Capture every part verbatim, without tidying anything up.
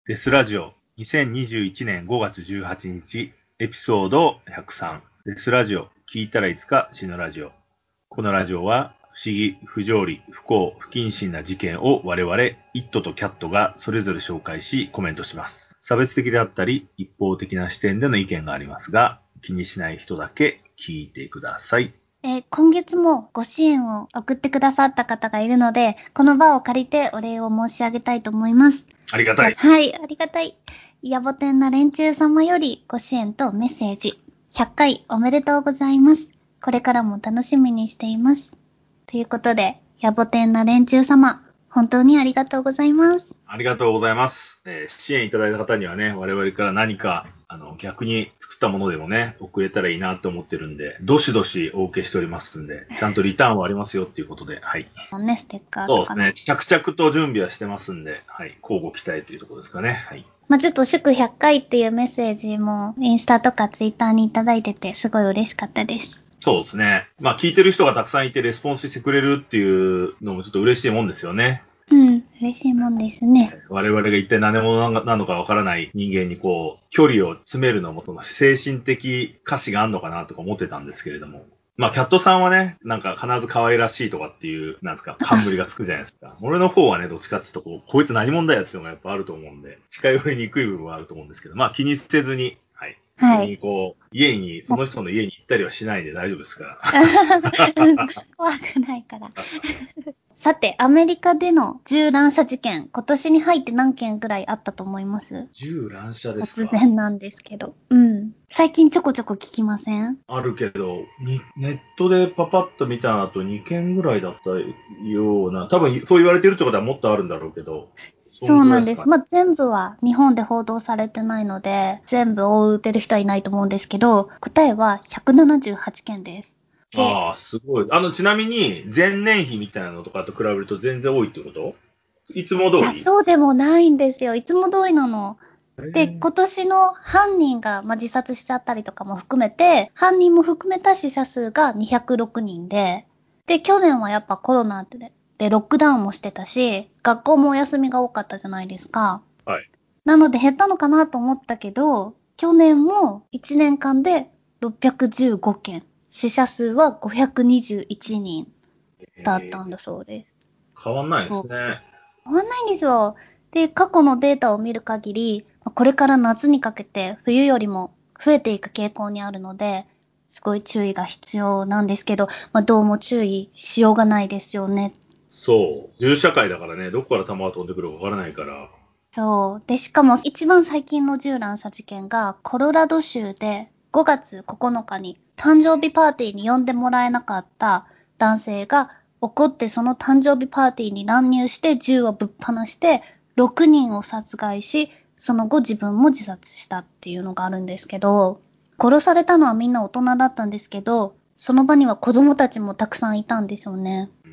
デスラジオにせんにじゅういちねんごがつじゅうはちにちエピソードひゃくさんデスラジオ聞いたらいつか死ぬラジオ。このラジオは不思議、不条理、不幸、不謹慎な事件を我々イットとキャットがそれぞれ紹介しコメントします。差別的であったり一方的な視点での意見がありますが、気にしない人だけ聞いてください。 えー今月もご支援を送ってくださった方がいるので、この場を借りてお礼を申し上げたいと思います。 ありがたい。 はい、ありがたい。野暮天な連中様よりご支援とメッセージ。ひゃっかいおめでとうございます。これからも楽しみにしています。ということで、野暮天な連中様、本当にありがとうございます。 ありがとうございます。えー支援いただいた方にはね、我々から何か、あの、逆に作ったものでもね、送れたらいいなと思ってるんで、どしどしお受けしておりますんで、ちゃんとリターンはありますよっていうことで、はい。 ね、ステッカーそうですね。 とかの。 着々と準備はしてますんで、はい。交互期待というところですかね。はい。 まあ、ちょっと祝ひゃっかいっていうメッセージもインスタとかツイッターにいただいててすごい嬉しかったです。 そうですね。まあ、聞いてる人がたくさんいてレスポンスしてくれるっていうのもちょっと嬉しいもんですよね。 うん、嬉しいもんですね。 我々が一体何者なのかわからない人間にこう、距離を詰めるのも、その精神的価値があるのかなとか思ってたんですけれども。まあ、キャットさんはね、なんか必ず可愛らしいとかっていう、なんですか、冠がつくじゃないですか。俺の方はね、どっちかっていうと、こう、こいつ何者だよっていうのがやっぱあると思うんで、近寄りにくい部分はあると思うんですけど、まあ気にせずに、はい。 はい別にこう、家に、その人の家に行ったりはしないんで大丈夫ですから。 怖くないから。さて、アメリカでの銃乱射事件、今年に入って何件ぐらいあったと思います？ 銃乱射です突か。 然なんですけど。うん。最近ちょこちょこ聞きません？ あるけど、にネットでパパッと見た後にけんぐらいだったような、多分そう言われてるってことはもっとあるんだろうけど、そそうなんです。 んぐらいですかね。 まあ、全部は日本で報道されてないので、全部追うてる人はいないと思うんですけど、答えはひゃくななじゅうはちけんです。で、 ああ、すごい。あの、ちなみに、前年比みたいなのとかと比べると全然多いってこと？いつもいや、 通り？ そうでもないんですよ。いつも通りなの。で、 え今年の犯人が、まあ、自殺しちゃったりとかも含めて、犯人も含めた死者数がにひゃくろくにんで、で、去年はやっぱコロナで、で、ロックダウンもしてたし、学校もお休みが多かったじゃないですか。 はい。 なので減ったのかなと思ったけど、去年もいちねんかんでろっぴゃくじゅうごけん、死者数はごひゃくにじゅういちにんだったんだえー、 そうです。 変わんないでそう。 すね。 変わんないんですよ。で、過去のデータを見る限り、これから夏にかけて冬よりも増えていく傾向にあるので、すごい注意が必要なんですけど、まあ、どうも注意しようがないですよね。 そう。銃社会だからね、どこから弾が飛んでくるかわからないから。 そう。で、しかも一番最近の銃乱射事件がコロラド州でごがつここのかに誕生日パーティーに呼んでもらえなかった男性が怒ってその誕生日パーティーに乱入して銃をぶっ放してろくにんを殺害し、その後自分も自殺したっていうのがあるんですけど、殺されたのはみんな大人だったんですけど、その場には子供たちもたくさんいたんでしょうね。 うん。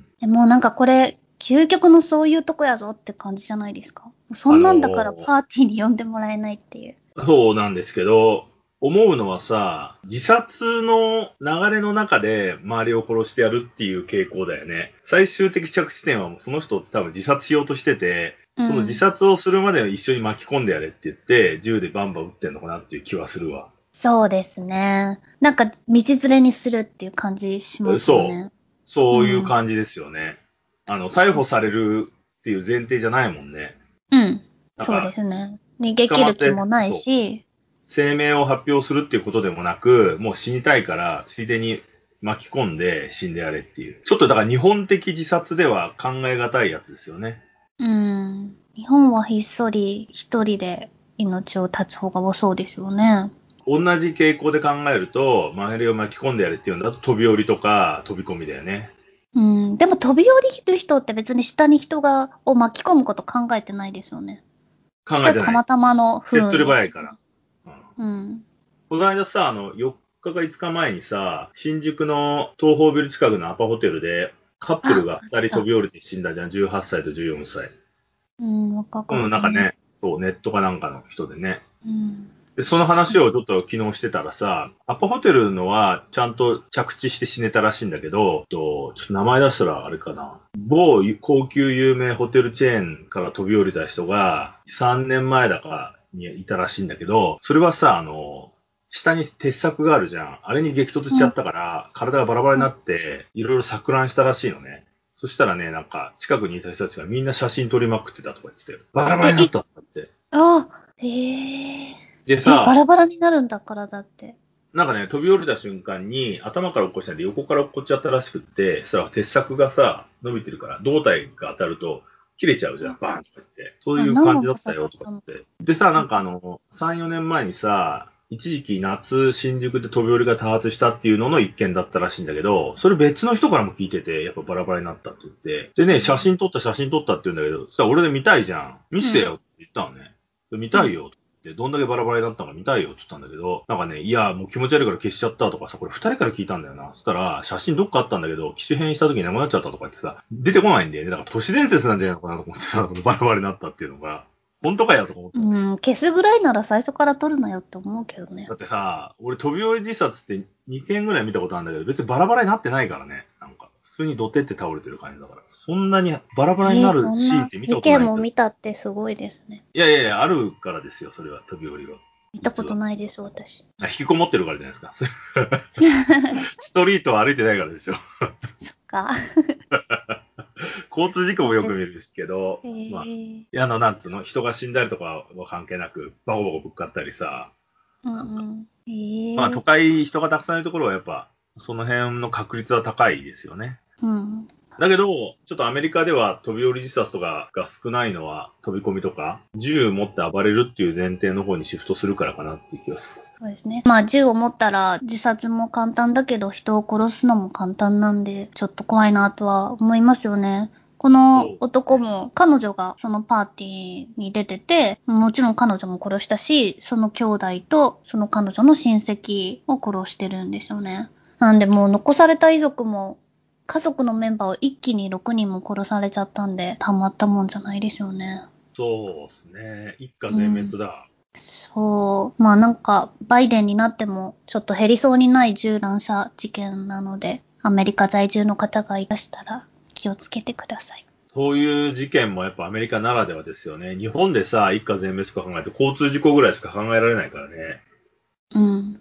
でもなんかこれ、究極のそういうとこやぞって感じじゃないですか。そあのんなんだからーパーティーに呼んでもらえないっていう。 そうなんですけど、思うのはさ、自殺の流れの中で周りを殺してやるっていう傾向だよね。最終的着地点はその人って多分自殺しようとしてて、その自うん。 殺をするまでは一緒に巻き込んでやれって言って、銃でバンバン撃ってんのかなっていう気はするわ。 そうですね。なんか、道連れにするっていう感じしますよそう。 ね。うそういうん。 感じですよね。あの、逮捕されそうそう。 るっていう前提じゃないもんね。 うん。そうでなんか、 すね。逃げ切る気捕まって、 もないそう。 し、 声明を発表するっていうことでもなく、もう死にたいから、ついでに巻き込んで死んでやれっていう。ちょっとだから日本的自殺では考え難いやつですよね。 うん。日本はひっそり一人で命を絶つ方が多そうですよね。 同じ傾向で考えると、周りを巻き込んでやれっていうんだと飛び降りとか飛び込みだよね。 うん。でも飛び降りる人って別に下に人が、を巻き込むこと考えてないですよね。それは考えてない。 たまたまの不手っ取運り早いから。 ですよね。 うん、 うん。 この間さ、あの、よっかかいつかまえにさ、新宿の東宝ビル近くのアパホテルで、カップルあ、 があった。 ふたり飛び降りて死んだじゃん。じゅうはっさいとじゅうよんさい。 うん、若かうん、 ったね。 なんかね、そう、ネットかなんかの人でね。 うん。 で、その話をちょっと昨日してたらさ、アパホテルのはちゃんと着地して死ねたらしいんだけど、とちょっと名前出したらあれかな。某高級有名ホテルチェーンから飛び降りた人がさんねんまえだかにいたらしいんだけど、それはさ、あの、下に鉄柵があるじゃん。あれに激突しちゃったから、うん、体がバラバラになって、いろいろ錯乱したらしいのね。そしたらね、なんか、近くにいた人たちがみんな写真撮りまくってたとか言ってたよ。バラバラになったんだって。 ああ、へえ。 でさ、 え、バラバラになるんだ、体って。 なんかね、飛び降りた瞬間に頭から落っこちたんで横から落っこっちゃったらしくって、そしたら鉄柵がさ、伸びてるから、胴体が当たると切れちゃうじゃん、バーンとか言って。そういう感じだったよとかって。でさ、なんかあの、さん、よねんまえにさ、一時期夏新宿で飛び降りが多発したっていうのの一件だったらしいんだけど、それ別の人からも聞いてて、やっぱバラバラになったって言って、でね、写真撮った写真撮ったって言うんだけど、そしたら俺で見たいじゃん。見してよって言ったのね。うん、見たいよ。で、どんだけバラバラになったのか見たいよって言ったんだけど、なんかね、いや、もう気持ち悪いから消しちゃったとかさ、これ二人から聞いたんだよな。そしたら、写真どっかあったんだけど、機種変した時になくなっちゃったとか言ってさ、出てこないんだよね。だから都市伝説なんじゃないのかなと思ってさ、バラバラになったっていうのが。本当かよとか思って、ね。 うん、消すぐらいなら最初から撮るなよって思うけどね。 だってさ、俺飛び降り自殺ってにけんぐらい見たことあるんだけど、別にバラバラになってないからね。なんか、普通にドテって倒れてる感じだから。そんなにバラバラになるシーンって見たことない。 にけんも見たってすごいですね。 いやいやいや、あるからですよ、それは、飛び降りは。 見たことないです、私。 引きこもってるからじゃないですか。ストリートを歩いてないからでしょ。そっか。 交通事故もよく見るけど、 えー、 まあ、あの、なんつうの、人が死んだりとかは関係なく、バコバコぶっかったりさ、 うんうんえー、 まあ、都会、人がたくさんいるところはやっぱ、その辺の確率は高いですよね。 うん、 だけど、ちょっとアメリカでは飛び降り自殺とかが少ないのは、飛び込みとか、銃持って暴れるっていう前提の方にシフトするからかなっていう気がする。 そうですね。まあ銃を持ったら自殺も簡単だけど人を殺すのも簡単なんで、ちょっと怖いなとは思いますよね。この男も彼女がそのパーティーに出てて、もちろん彼女も殺したし、その兄弟とその彼女の親戚を殺してるんですよね。なんでもう残された遺族も家族のメンバーを一気にろくにんも殺されちゃったんで、たまったもんじゃないですよね。 そうですね。一家全滅だ。 うん、そう。まあなんか、バイデンになってもちょっと減りそうにない銃乱射事件なので、アメリカ在住の方がいらしたら気をつけてください。 そういう事件もやっぱアメリカならではですよね。日本でさ、一家全滅とか考えると交通事故ぐらいしか考えられないからね。 うん。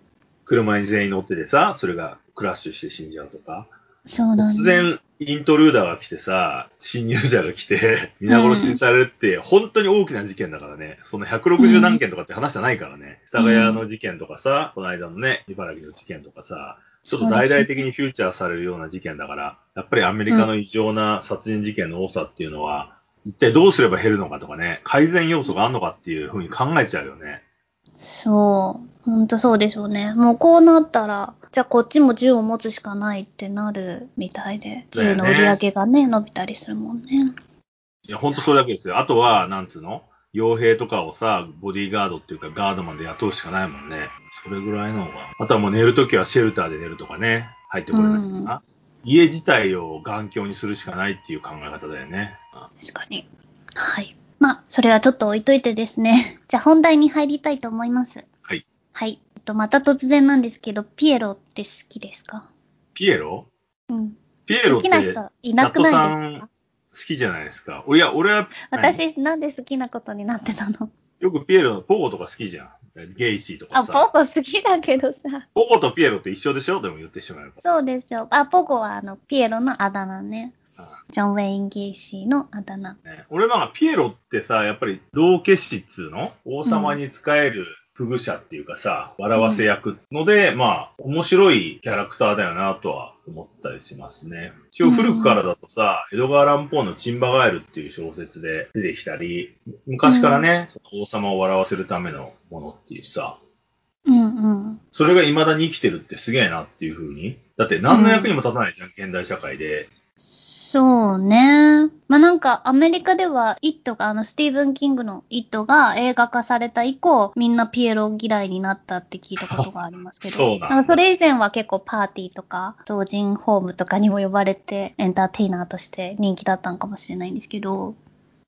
車に全員乗っててさ、それがクラッシュして死んじゃうとか。 そうだね。 突然、イントルーダーが来てさ、侵入者が来て、皆殺しにされるって、本当に大きな事件だからね。そのひゃくろくじゅう何件とかって話じゃないからね。世田谷の事件とかさ、この間のね、茨城の事件とかさ、ちょっと大々的にフューチャーされるような事件だから、やっぱりアメリカの異常な殺人事件の多さっていうのは、一体どうすれば減るのかとかね、改善要素があるのかっていうふうに考えちゃうよね。 そう。ほんとそうでしょうね。もうこうなったら、じゃあこっちも銃を持つしかないってなるみたいで、銃の売り上げがね、伸びたりするもんね。 いや、ほんとそれだけですよ。あとは、なんつうの傭兵とかをさ、ボディーガードっていうかガードマンで雇うしかないもんね。それぐらいの方が。あとはもう寝るときはシェルターで寝るとかね。入ってこれないとか。家自体を頑強にするしかないっていう考え方だよね。 確かに。はい。まあ、それはちょっと置いといてですね。じゃあ本題に入りたいと思います。 はい。 はい。えっと、また突然なんですけど、ピエロって好きですか？ ピエロうん。 ピエロって、 好きな人いなくないですか？ 好きじゃないですか。いや、俺は、 私、なんで好きなことになってたの？ よくピエロのポゴとか好きじゃん。ゲイシーとかさ。 あ、ポゴ好きだけどさ。 ポゴとピエロって一緒でしょでも言ってしまえば。 そうですよ。あ、ポゴはあの、ピエロのあだ名ね。ジョン・ウェイン・ゲイシーのあだ名。 ね、俺なんかピエロってさ、やっぱり道化師っつうの王様に仕える不具者っていうかさ、笑わせ役ので、うん、まあ、面白いキャラクターだよなとは思ったりしますね。一応古くからだとさ、うん、エドガー・ランポーのチンバガエルっていう小説で出てきたり、昔からね、うん、王様を笑わせるためのものっていうさ、 うんうん。 それが未だに生きてるってすげえなっていう風に。だって何の役にも立たないじゃん、うん、現代社会で。 そうね。まあ、なんかアメリカではイットが、あのスティーブン・キングのイットが映画化された以降、みんなピエロ嫌いになったって聞いたことがありますけど。そうなんだ。なんかそれ以前は結構パーティーとか、老人ホームとかにも呼ばれてエンターテイナーとして人気だったのかもしれないんですけど。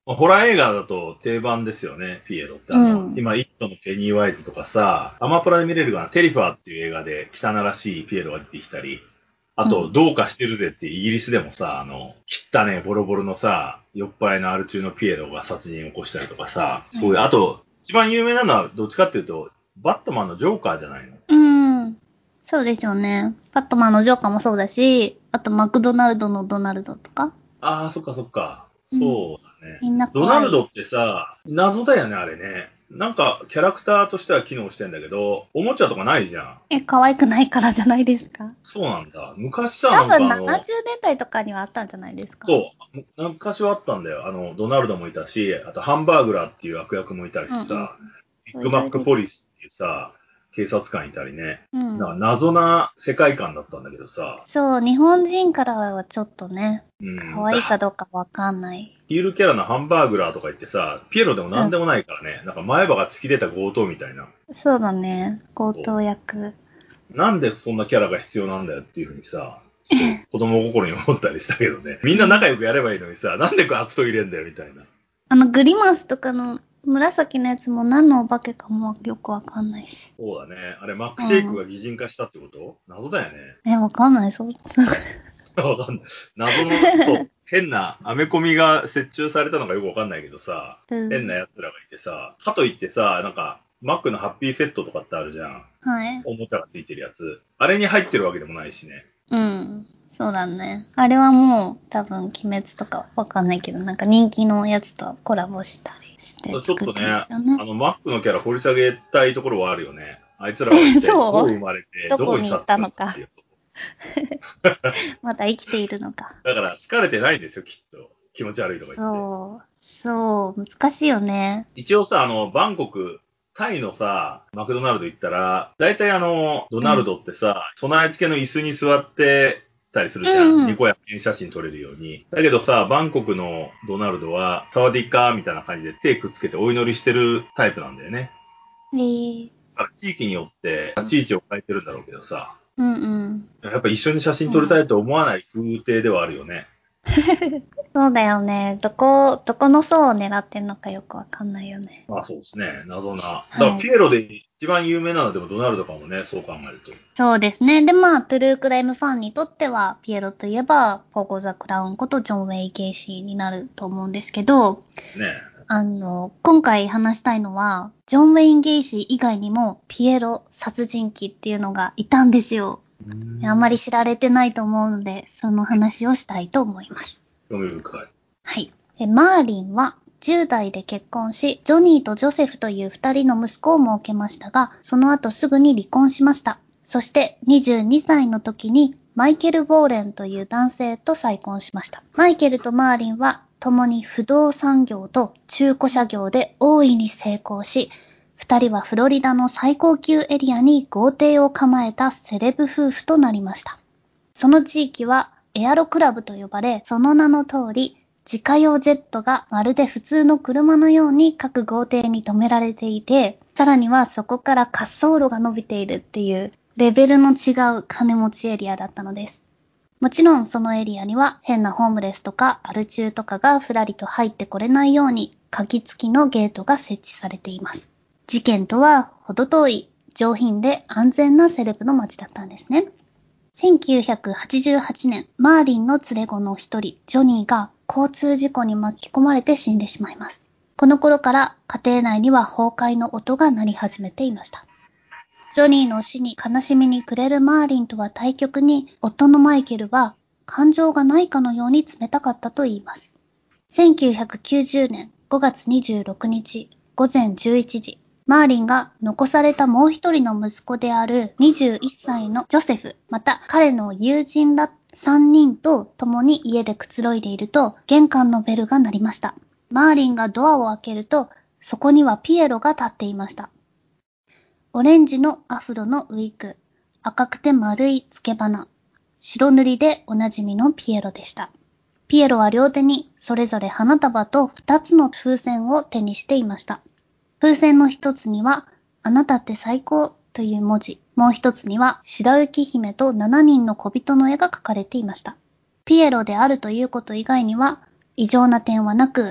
まあホラー映画だと定番ですよね、ピエロって。あの、 うん今、イットのペニーワイズとかさ、アマプラで見れるかな、テリファーっていう映画で汚らしいピエロが出てきたり、あと、 うん。 どうかしてるぜってイギリスでもさ、あの、汚ねボロボロのさ、酔っ払いのアル中のピエロが殺人を起こしたりとかさ、そういう、 はい。 あと、一番有名なのはどっちかっていうと、バットマンのジョーカーじゃないの？ うーん。そうでしょうね。バットマンのジョーカーもそうだし、あとマクドナルドのドナルドとか。 ああ、そっかそっか。 うん。 そうだね。 みんなド可愛い。 ナルドってさ、謎だよね、あれね。なんか、キャラクターとしては機能してんだけど、おもちゃとかないじゃん。 え、可愛くないからじゃないですか？ そうなんだ。昔さ、なん多分かあの、 ななじゅうねんだいとかにはあったんじゃないですか？ そう、む昔はあったんだよ。あの、ドナルドもいたし、あとハンバーグラーっていう悪役もいたりうんうん。 してさ、ビッそう、 グマックいろいろいた。 ポリスっていうさ、警察官いたりね。 うん。 なんか謎な世界観だったんだけどさ、 そう、日本人からはちょっとね、 うん、 可愛いかだどうかわかんない。 ヒールキャラのハンバーグラーとか言ってさ、ピエロでもうん。 何でもないからね、なんか前歯が突き出た強盗みたいな。 そうだね。強そ盗役。 うなんでそんなキャラが必要なんだよっていうふうにさ、ちょっと子供心に思ったりしたけどね。みんな仲うん。 良くやればいいのにさ、なんでこう悪党入れんだよみたいな。 あの、グリマスとかの紫のやつも何のお化けかもよくわかんないし。 そうだね。あれ、マックシェイクうん。 が擬人化したってこと？謎だよね。 え、わかんない。そう。 わかんない。謎の、そう、変な、アメコミが設置されたのかよくわかんないけどさ、 うん。 変な奴らがいてさ、かといってさ、なんか、マックのハッピーセットとかってあるじゃん。 はい。 おもちゃがついてるやつ。あれに入ってるわけでもないしね。 うん。そうだね。あれはもう多分鬼滅とかわかんないけど、なんか人気のやつとコラボしたりしてちょっ作ってんでとね、 すよね。 あの、マックのキャラ掘り下げたいところはあるよね。あいつらは一体そう。 どう生まれて、どこにどこに行っ去ったのかってたのか。 いうと。 まだ生きているのか。 だから、好かれてないんですよ、きっと。気持ち悪いとか言って。 そう。そう。難しいよね。 一応さ、あの、バンコク、タイのさ、マクドナルド行ったら、大体あの、ドナルうん。 ドってさ、備え付けの椅子に座ってたりするうじゃん。 んうん。 ニコヤ記念写真撮れるように。だけどさ、バンコクのドナルドは、サワディーカーみたいな感じで手くっつけてお祈りしてるタイプなんだよね。 えー、 だから地域によって立ち位置を変えてるんだろうけどさ、 うんうん。 やっぱ一緒に写真撮りたそう。 いと思わない風景ではあるよね。 そうだよね。どこ、どこの層を狙ってんのかよくわかんないよね。 まあそうですね。謎な。だからはい。 ピエロで一番有名なのはでもドナルドかもね、そう考えると。 そうですね。で、まあ、トゥルークライムファンにとっては、ピエロといえば、ポゴザ・クラウンことジョン・ウェイ・ゲイシーになると思うんですけど、 ねあの、今回話したいのは、ジョン・ウェイン・ゲイシー以外にも、ピエロ殺人鬼っていうのがいたんですよ。 うーあんまりん。 知られてないと思うので、その話をしたいと思います。 興味深い。 はい。えマーリンはじゅう代で結婚し、ジョニーとジョセフという二人の息子を設けましたが、その後すぐに離婚しました。そしてにじゅうにさいの時にマイケル・ウォーレンという男性と再婚しました。マイケルとマーリンは共に不動産業と中古車業で大いに成功し、二人はフロリダの最高級エリアに豪邸を構えたセレブ夫婦となりました。その地域はエアロクラブと呼ばれ、その名の通り、自家用ジェットがまるで普通の車のように各豪邸に止められていて、さらにはそこから滑走路が伸びているっていうレベルの違う金持ちエリアだったのです。もちろんそのエリアには変なホームレスとかアル中とかがふらりと入ってこれないように鍵付きのゲートが設置されています。事件とは程遠い上品で安全なセレブの街だったんですね。せんきゅうひゃくはちじゅうはちねん、マーリンの連れ子の一人、ジョニーが交通事故に巻き込まれて死んでしまいます。この頃から家庭内には崩壊の音が鳴り始めていました。ジョニーの死に悲しみに暮れるマーリンとは対極に、夫のマイケルは感情がないかのように冷たかったと言います。せんきゅうひゃくきゅうじゅうねんごがつにじゅうろくにち午前じゅういちじ、マーリンが残されたもう一人の息子であるにじゅういっさいのジョセフ、また彼の友人らさんにんと共に家でくつろいでいると、玄関のベルが鳴りました。マーリンがドアを開けると、そこにはピエロが立っていました。オレンジのアフロのウィッグ、赤くて丸いつけ鼻、白塗りでおなじみのピエロでした。ピエロは両手にそれぞれ花束と二つの風船を手にしていました。風船の一つには、あなたって最高という文字、もう一つには、白雪姫と七人の小人の絵が描かれていました。ピエロであるということ以外には、異常な点はなく、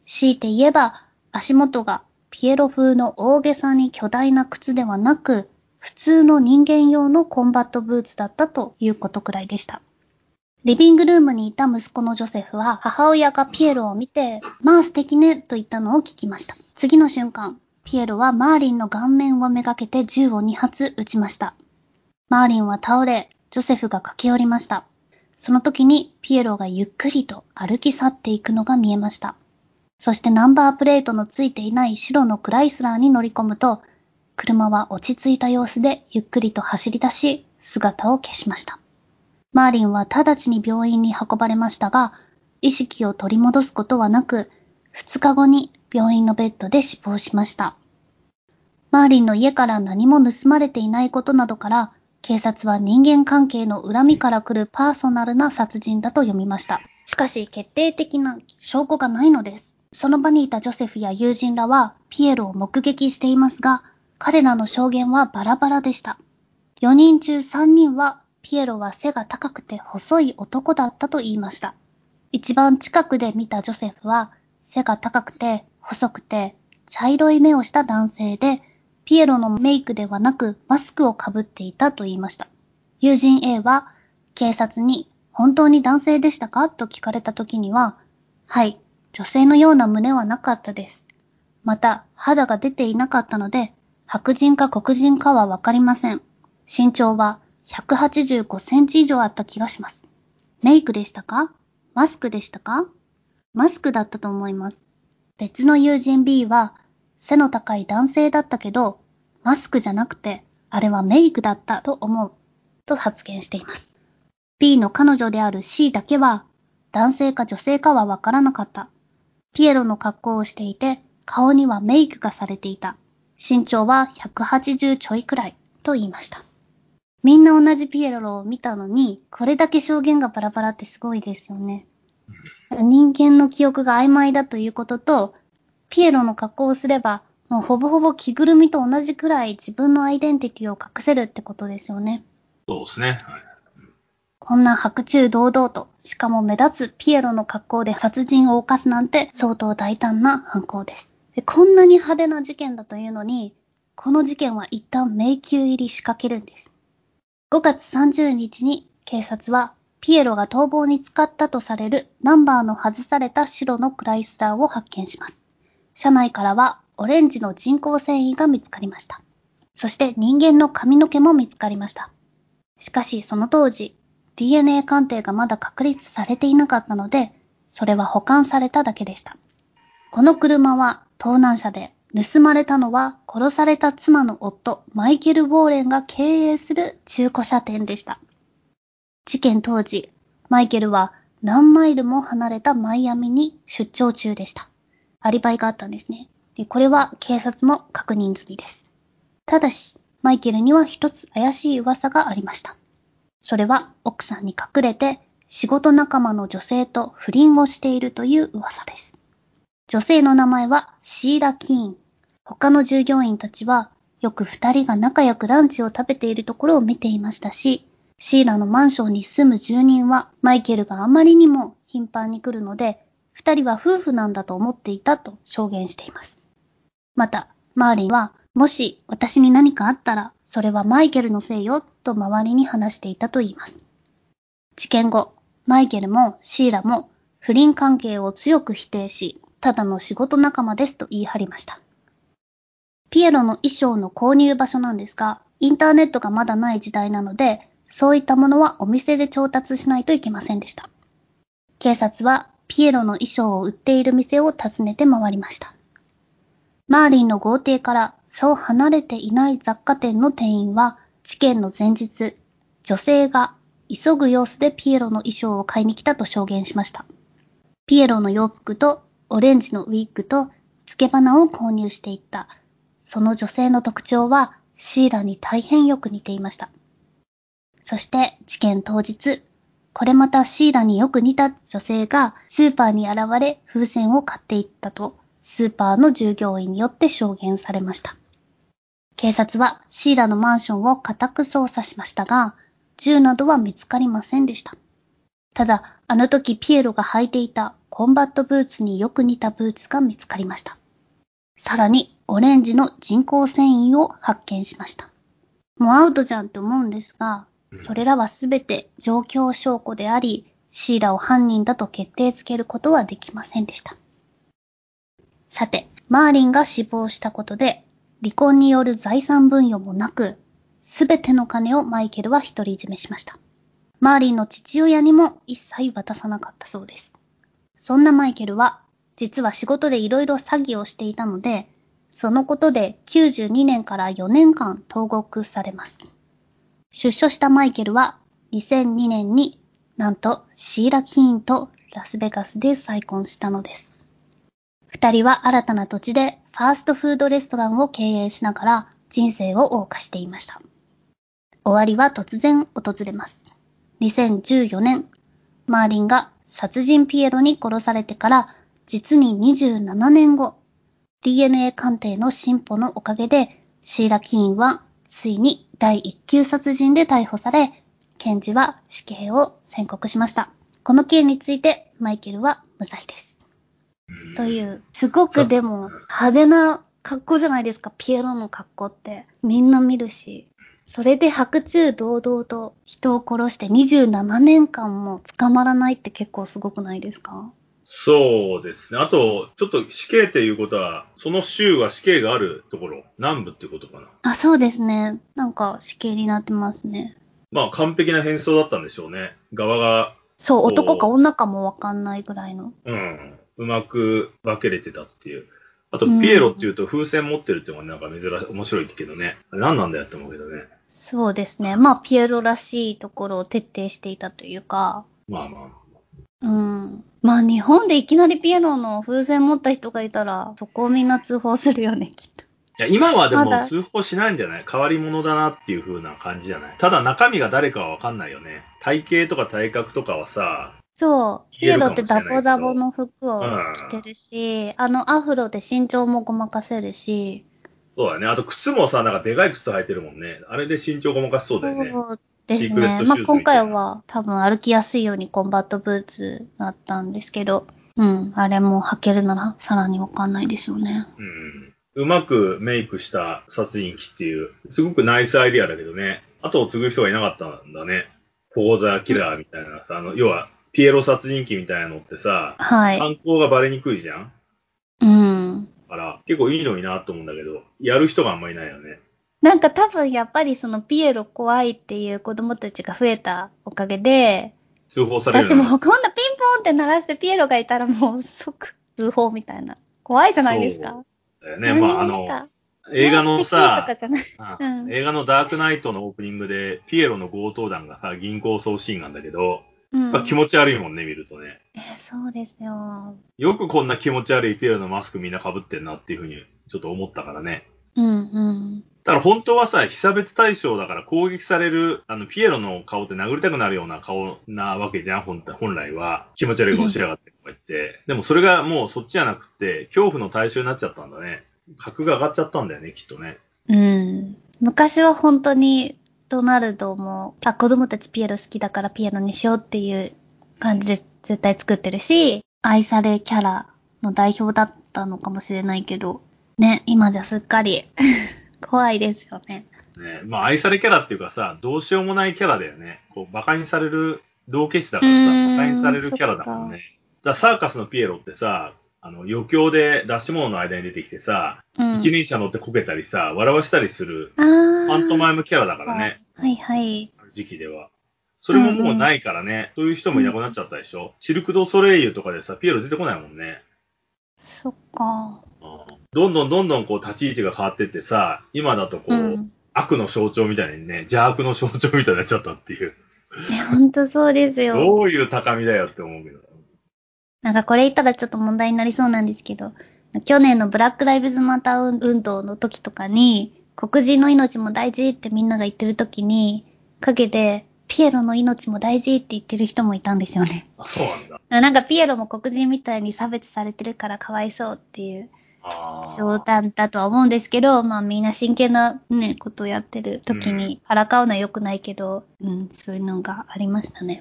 強いて言えば、足元がピエロ風の大げさに巨大な靴ではなく、普通の人間用のコンバットブーツだったということくらいでした。リビングルームにいた息子のジョセフは、母親がピエロを見て、まあ素敵ねと言ったのを聞きました。次の瞬間、ピエロはマーリンの顔面をめがけて銃をに発撃ちました。マーリンは倒れ、ジョセフが駆け寄りました。その時にピエロがゆっくりと歩き去っていくのが見えました。そしてナンバープレートのついていない白のクライスラーに乗り込むと、車は落ち着いた様子でゆっくりと走り出し、姿を消しました。マーリンは直ちに病院に運ばれましたが、意識を取り戻すことはなく、ふつかごに病院のベッドで死亡しました。マーリンの家から何も盗まれていないことなどから、警察は人間関係の恨みから来るパーソナルな殺人だと読みました。しかし決定的な証拠がないのです。その場にいたジョセフや友人らはピエロを目撃していますが、彼らの証言はバラバラでした。よにん中さんにんはピエロは背が高くて細い男だったと言いました。一番近くで見たジョセフは背が高くて細くて茶色い目をした男性で、ピエロのメイクではなくマスクをかぶっていたと言いました。友人 A は警察に本当に男性でしたかと聞かれた時には、はい、女性のような胸はなかったです。また肌が出ていなかったので、白人か黒人かはわかりません。身長はひゃくはちじゅうごセンチ以上あった気がします。メイクでしたか？マスクでしたか？マスクだったと思います。別の友人 B は背の高い男性だったけど、マスクじゃなくて、あれはメイクだったと思う、と発言しています。B の彼女である C だけは、男性か女性かはわからなかった。ピエロの格好をしていて、顔にはメイクがされていた。身長はひゃくはちじゅうちょいくらい、と言いました。みんな同じピエロを見たのに、これだけ証言がバラバラってすごいですよね。人間の記憶が曖昧だということと、ピエロの格好をすれば、もうほぼほぼ着ぐるみと同じくらい自分のアイデンティティを隠せるってことですよね。 そうですね。はい、 こんな白昼堂々と、しかも目立つピエロの格好で殺人を犯すなんて相当大胆な犯行です。で、こんなに派手な事件だというのに、この事件は一旦迷宮入り仕掛けるんです。ごがつさんじゅうにちに警察はピエロが逃亡に使ったとされるナンバーの外された白のクライスラーを発見します。車内からはオレンジの人工繊維が見つかりました。そして人間の髪の毛も見つかりました。しかしその当時、ディーエヌエー 鑑定がまだ確立されていなかったので、それは保管されただけでした。この車は盗難車で、盗まれたのは殺された妻の夫、マイケル・ウォーレンが経営する中古車店でした。事件当時、マイケルは何マイルも離れたマイアミに出張中でした。アリバイがあったんですね。で、これは警察も確認済みです。ただし、マイケルには一つ怪しい噂がありました。それは奥さんに隠れて仕事仲間の女性と不倫をしているという噂です。女性の名前はシーラ・キーン。他の従業員たちはよく二人が仲良くランチを食べているところを見ていましたし、シーラのマンションに住む住人はマイケルがあまりにも頻繁に来るので、二人は夫婦なんだと思っていたと証言しています。また、マーリンは、もし私に何かあったら、それはマイケルのせいよ、と周りに話していたといいます。事件後、マイケルもシーラも不倫関係を強く否定し、ただの仕事仲間ですと言い張りました。ピエロの衣装の購入場所なんですが、インターネットがまだない時代なので、そういったものはお店で調達しないといけませんでした。警察はピエロの衣装を売っている店を訪ねて回りました。マーリンの豪邸からそう離れていない雑貨店の店員は、事件の前日、女性が急ぐ様子でピエロの衣装を買いに来たと証言しました。ピエロの洋服とオレンジのウィッグと付け花を購入していった。その女性の特徴はシーラに大変よく似ていました。そして事件当日、これまたシーラによく似た女性がスーパーに現れ風船を買っていったと、スーパーの従業員によって証言されました。警察はシーラのマンションを家宅捜査しましたが、銃などは見つかりませんでした。 ただ、あの時ピエロが履いていたコンバットブーツによく似たブーツが見つかりました。さらに、オレンジの人工繊維を発見しました。もうアウトじゃんって思うんですが、それらはすべて状況証拠であり、シーラを犯人だと決定づけることはできませんでした。さて、マーリンが死亡したことで、離婚による財産分与もなく、すべての金をマイケルは独り占めしました。マーリンの父親にも一切渡さなかったそうです。そんなマイケルは、実は仕事でいろいろ詐欺をしていたので、そのことできゅうじゅうにねんからよねんかん投獄されます。出所したマイケルはにせんにねんになんとシーラ・キーンとラスベガスで再婚したのです。二人は新たな土地でファーストフードレストランを経営しながら人生を謳歌していました。終わりは突然訪れます。にせんじゅうよねん、マーリンが殺人ピエロに殺されてから実ににじゅうななねんご、ディーエヌエー 鑑定の進歩のおかげでシーラ・キーンはついにだいいっきゅう殺人で逮捕され、検事は死刑を宣告しました。この件についてマイケルは無罪です。という、すごくでも派手な格好じゃないですか、ピエロの格好って。みんな見るし。それで白昼堂々と人を殺してにじゅうななねんかんも捕まらないって結構すごくないですか？ そうですね。あと、ちょっと死刑っていうことは、その州は死刑があるところ、南部っていうことかな。 あ、そうですね。なんか死刑になってますね。 まあ、完璧な変装だったんでしょうね。側が、 そう、 こう男か女かもわかんないぐらいの。 うん、うまく分けれてたっていう。あと、 うんピエロっていうと風船持ってるっていうのがなんか珍しい、面白いけどね。あれ何なんだよって思うけどね。 そうですね。まあ、ピエロらしいところを徹底していたというか。 まあまあ。 うん。まあ、日本でいきなりピエロの風船持った人がいたら、そこをみんな通報するよね、きっと。 いや、今はでまだも通報しないんじゃない？変わり者だなっていう風な感じじゃない？ただ中身が誰かはわかんないよね。体型とか体格とかはさ、 そう、ピエロって言えるかもしダボダれないけど。 ボの服うん。 を着てるし、あのアフロで身長もごまかせるし、 そうだね。あと靴もさ、なんかでかい靴履いてるもんね。あれで身長ごまかしそうだよね。 そうでシーすね。まあ、 クレットシューズ今みたいな。 回は多分歩きやすいようにコンバットブーツだったんですけど、うん、あれも履けるならさらにわかんないですよね。 うん。うまくメイクした殺人鬼っていう、すごくナイスアイディアだけどね。後を継ぐ人がいなかったんだね。フォーザーキラーみたいなさ、あの、要は、ピエロ殺人鬼みたいなのってさ、 はい。 犯行がバレにくいじゃん？ うん。 だから、結構いいのになと思うんだけど、やる人があんまりいないよね。 なんか多分やっぱりそのピエロ怖いっていう子供たちが増えたおかげで、 通報されだってもうこんるようになった。 なピンポンって鳴らしてピエロがいたらもう即通報みたいな。怖いじゃないですか。 そうだよね。まあ、 何人あの、 目か。 映画のもう素敵とかさ、 じゃない。ううんん。 映画のダークナイトのオープニングで、ピエロの強盗団がさ、銀行を襲うシーンなんだけど、まあ、気うん。 持ち悪いもんね、見るとね。 えーそうですよ。 よくこんな気持ち悪いピエロのマスクみんな被ってんなっていうふうにちょっと思ったからね。 うんうん。 だから本当はさ、被差別対象だから攻撃される、あの、ピエロの顔って殴りたくなるような顔なわけじゃん、本本来は。気持ち悪い顔しやがってとか言って。でもそれがもうそっちじゃなくて、恐怖の対象になっちゃったんだね。格が上がっちゃったんだよね、きっとね。 うん。昔は本当にドナルドも、あ、子供たちピエロ好きだからピエロにしようっていう感じで絶対作ってるし、愛されキャラの代表だったのかもしれないけど、ね、今じゃすっかり怖いですよね。 ね、まあ愛されキャラっていうかさ、どうしようもないキャラだよね。こう、馬鹿にされる、道化師だうからさ、馬鹿にーん、そっされるキャラだもんか。 ね。だからサーカスのピエロってさ、あの、余興で出し物の間に出てきてさ、 うん。 一輪車乗ってこけたりさ、笑わしたりする、 あパントマイムー、 キャラだからあね。 はいはい。 ある時期では。そうんれももううん。 ないからね。そういう人うん、 もいなくなっちゃったでしょ。シルク・ドゥ・ソレイユとかでさ、ピエロ出てこないもんね。 そっか。 うんどんどんどんどんこう立ち位置が変わってってさ、今だとこう、 うん。 悪の象徴みたいにね、邪悪の象徴みたいになっちゃったっていう。 え、ほんとそうですよ。 どういう高みだよって思うけど。 なんかこれ言ったらちょっと問題になりそうなんですけど、去年のブラックライブズマター運動の時とかに、黒人の命も大事ってみんなが言ってる時に、陰で、ピエロの命も大事って言ってる人もいたんですよね。 あ、そうなんだ。 なんかピエロも黒人みたいに差別されてるからかわいそうっていう冗ああ。 談だとは思うんですけど、まあみんな真剣なね、ことをやってるうん。 時にからかうのは良くないけど、うん、そういうのがありましたね。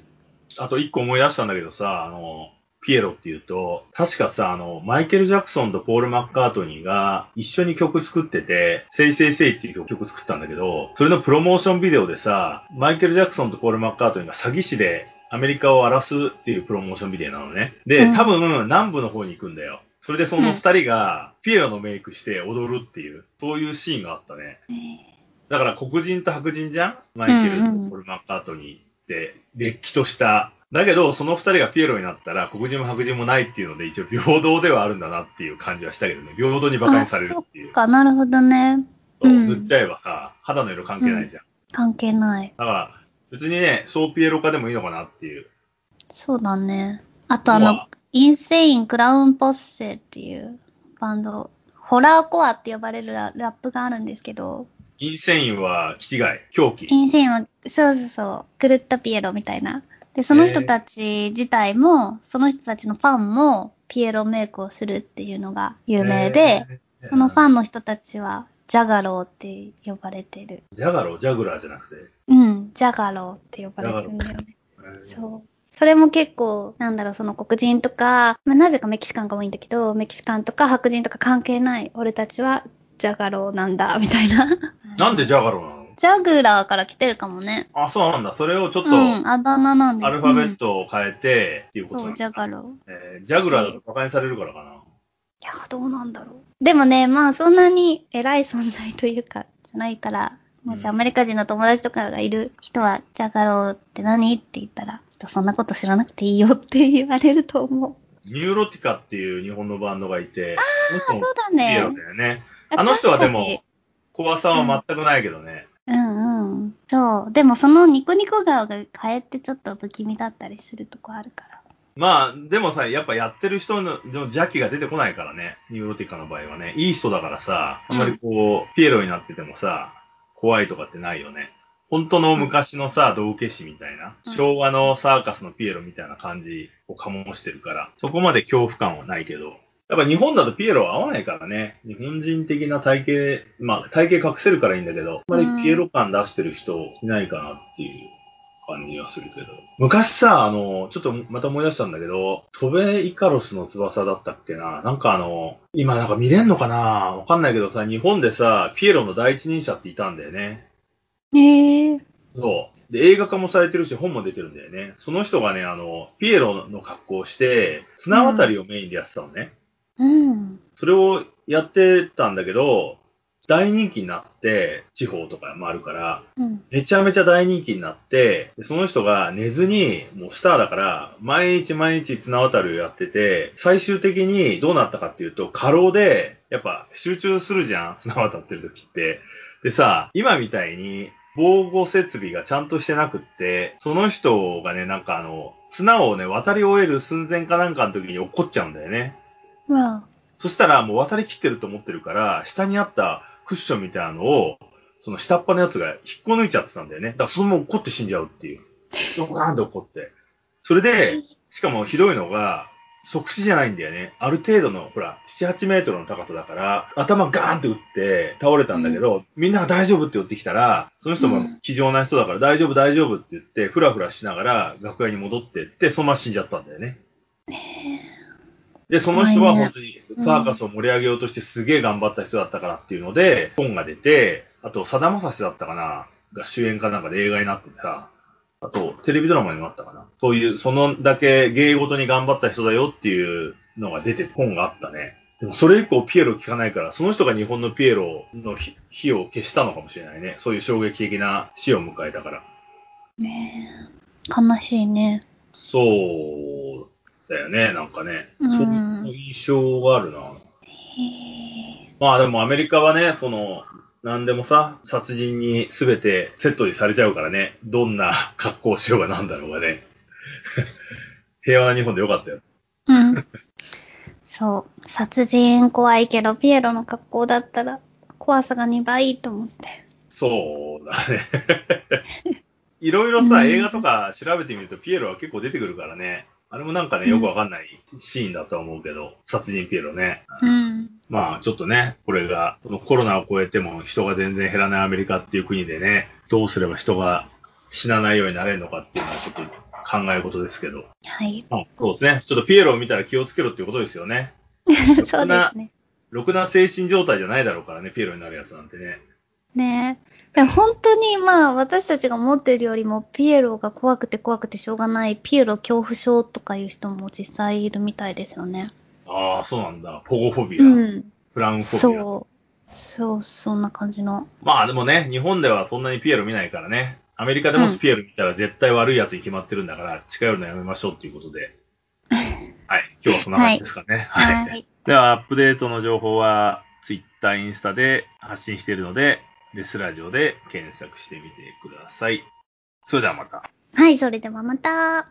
あと一個思い出したんだけどさ、あの、ピエロっていうと、確かさ、あの、マイケル・ジャクソンとポール・マッカートニーが一緒に曲作ってて、せいせいせいっていう曲作ったんだけど、それのプロモーションビデオでさ、マイケル・ジャクソンとポール・マッカートニーが詐欺師でアメリカを荒らすっていうプロモーションビデオなのね。で、多分南部の方に行くんだよ。それでその二人がピエロのメイクして踊るっていう、そういうシーンがあったね。だから黒人と白人じゃんマイケルとポール・マッカートニーって、れっきとした。だけど、その二人がピエロになったら、黒人も白人もないっていうので、一応平等ではあるんだなっていう感じはしたけどね。平等に馬鹿にされるっていう。 そっか、なるほどね。 そう、塗っちゃえばさ、肌の色関係ないじゃん。うん、 関係ない。 だから、別にね、そうピエロ化でもいいのかなっていう。 そうだね。あとあの、インセイン・クラウン・ポッセっていうバンド、ホラーコアって呼ばれるラップがあるんですけど、 インセインは気違い、狂気。 インセインは、そうそうそう、狂ったピエロみたいな。で、その人たち自体も、その人たちのファンも、ピエロメイクをするっていうのが有名で、そのファンの人たちは、ジャガローって呼ばれてる。 ジャガロージャグラーじゃなくてうん、ジャガローって呼ばれてるんだよね。そう。それも結構、なんだろう、その黒人とか、まあ、なぜかメキシカンが多いんだけど、メキシカンとか白人とか関係ない、俺たちはジャガローなんだ、みたいな。 なんでジャガローなの？ ジャグラーから来てるかもね。 あ、そうなんだ。それをちょっと、 うん、あだ名なんです。 アルファベットを変えて、っていうことなんだ。 そう、ジャガロー。 えー、ジャグラーだと馬鹿にされるからかな。 いや、どうなんだろう。でもね、まあそんなに偉い存在というか、じゃないから、もしアメリカ人の友達とかがいる人は、ジャガローって何って言ったら、そんなこと知らなくていいよって言われると思う。 ニューロティカっていう日本のバンドがいて、 ああ、そうだね。 ピエロだよね。あの人はでも、怖さは全くないけどね。 うんうん。そう。でもそのニコニコ顔がかえってちょっと不気味だったりするとこあるから。 まあ、でもさ、やっぱやってる人の邪気が出てこないからね。ニューロティカの場合はね。いい人だからさ、あんまりこう、うん、ピエロになっててもさ、怖いとかってないよね。本当の昔のさ、道化師みたいな、昭和のサーカスのピエロみたいな感じを醸してるから、そこまで恐怖感はないけど、やっぱ日本だとピエロは合わないからね。日本人的な体型、まあ体型隠せるからいいんだけど、あんまりピエロ感出してる人いないかなっていう感じはするけど。昔さ、あの、ちょっとまた思い出したんだけど、トベイカロスの翼だったっけな。なんかあの、今なんか見れんのかなわかんないけどさ、日本でさ、ピエロの第一人者っていたんだよね。 へえー。 そう。で、映画化もされてるし、本も出てるんだよね。その人がね、あの、ピエロの格好をして、綱渡りをメインでやってたのね。 うん。 それをやってたんだけど、大人気になって、地方とかもあるから、うん、めちゃめちゃ大人気になって、その人が寝ずに、もうスターだから、毎日毎日綱渡りをやってて、最終的にどうなったかっていうと、過労で、やっぱ集中するじゃん、綱渡ってる時って。でさ、今みたいに、防護設備がちゃんとしてなくって、その人がね、なんかあの、綱をね、渡り終える寸前かなんかの時に落っこっちゃうんだよね。 うわ。そしたらもう渡りきってると思ってるから、下にあったクッションみたいなのを、その下っ端のやつが引っこ抜いちゃってたんだよね。だからそのまま落っこって死んじゃうっていう。ドカーンと落っこって。それで、しかもひどいのが、即死じゃないんだよね。ある程度の、ほら、なな、はちメートルの高さだから、頭ガーンって打って倒れたんだけど、うん、みんなが大丈夫って寄ってきたら、その人も気丈な人だから、大丈夫大丈夫って言って、ふらふらしながら楽屋に戻ってって、そのまま死んじゃったんだよね。で、その人は本当にサーカスを盛り上げようとしてすげえ頑張った人だったからっていうので、本が出て、あと、さだまさしだったかなが主演かなんかで映画になっててさ、あと、テレビドラマにもあったかな。そういう、そのだけ芸事に頑張った人だよっていうのが出て、本があったね。でもそれ以降ピエロ聞かないから、その人が日本のピエロの火を消したのかもしれないね。そういう衝撃的な死を迎えたから。 ねえ。悲しいね。 そうだよね、なんかね。うん、そういう印象があるな。へまあでもアメリカはね、その、なんでもさ、殺人にすべてセットにされちゃうからね。どんな格好をしようがなんだろうがね。平和な日本でよかったよ。 うん。そう。殺人怖いけど、ピエロの格好だったら怖さがにばいと思って。 そうだね。いろいろさ、うん、映画とか調べてみるとピエロは結構出てくるからね。あれもなんかね、よくわかんないシーンだとは思うけど、殺人ピエロね。うん、まあちょっとね、これが、このコロナを超えても人が全然減らないアメリカっていう国でね、どうすれば人が死なないようになれるのかっていうのはちょっと考え事ですけど。 はい。 あ、そうですね。ちょっとピエロを見たら気をつけろっていうことですよね。 そうですね。 ろくな精神状態じゃないだろうからね、ピエロになるやつなんてね。 ねえ。でも本当にまあ私たちが持ってるよりもピエロが怖くて怖くてしょうがないピエロ恐怖症とかいう人も実際いるみたいですよね。 ああ、そうなんだ。ポゴフォビア。 うん。 フランフォビア。 そう。そう、そんな感じの。 まあでもね、日本ではそんなにピエロ見ないからね。アメリカでもしピエロ見たら絶対悪いやつに決まってるんだから、近寄るのやめましょうっていうことで。はい。今日はそんな感じですかね。はい。 はい。 では、アップデートの情報は、Twitter、インスタで発信しているので、デスラジオで検索してみてください。それではまた。 はい、それではまた。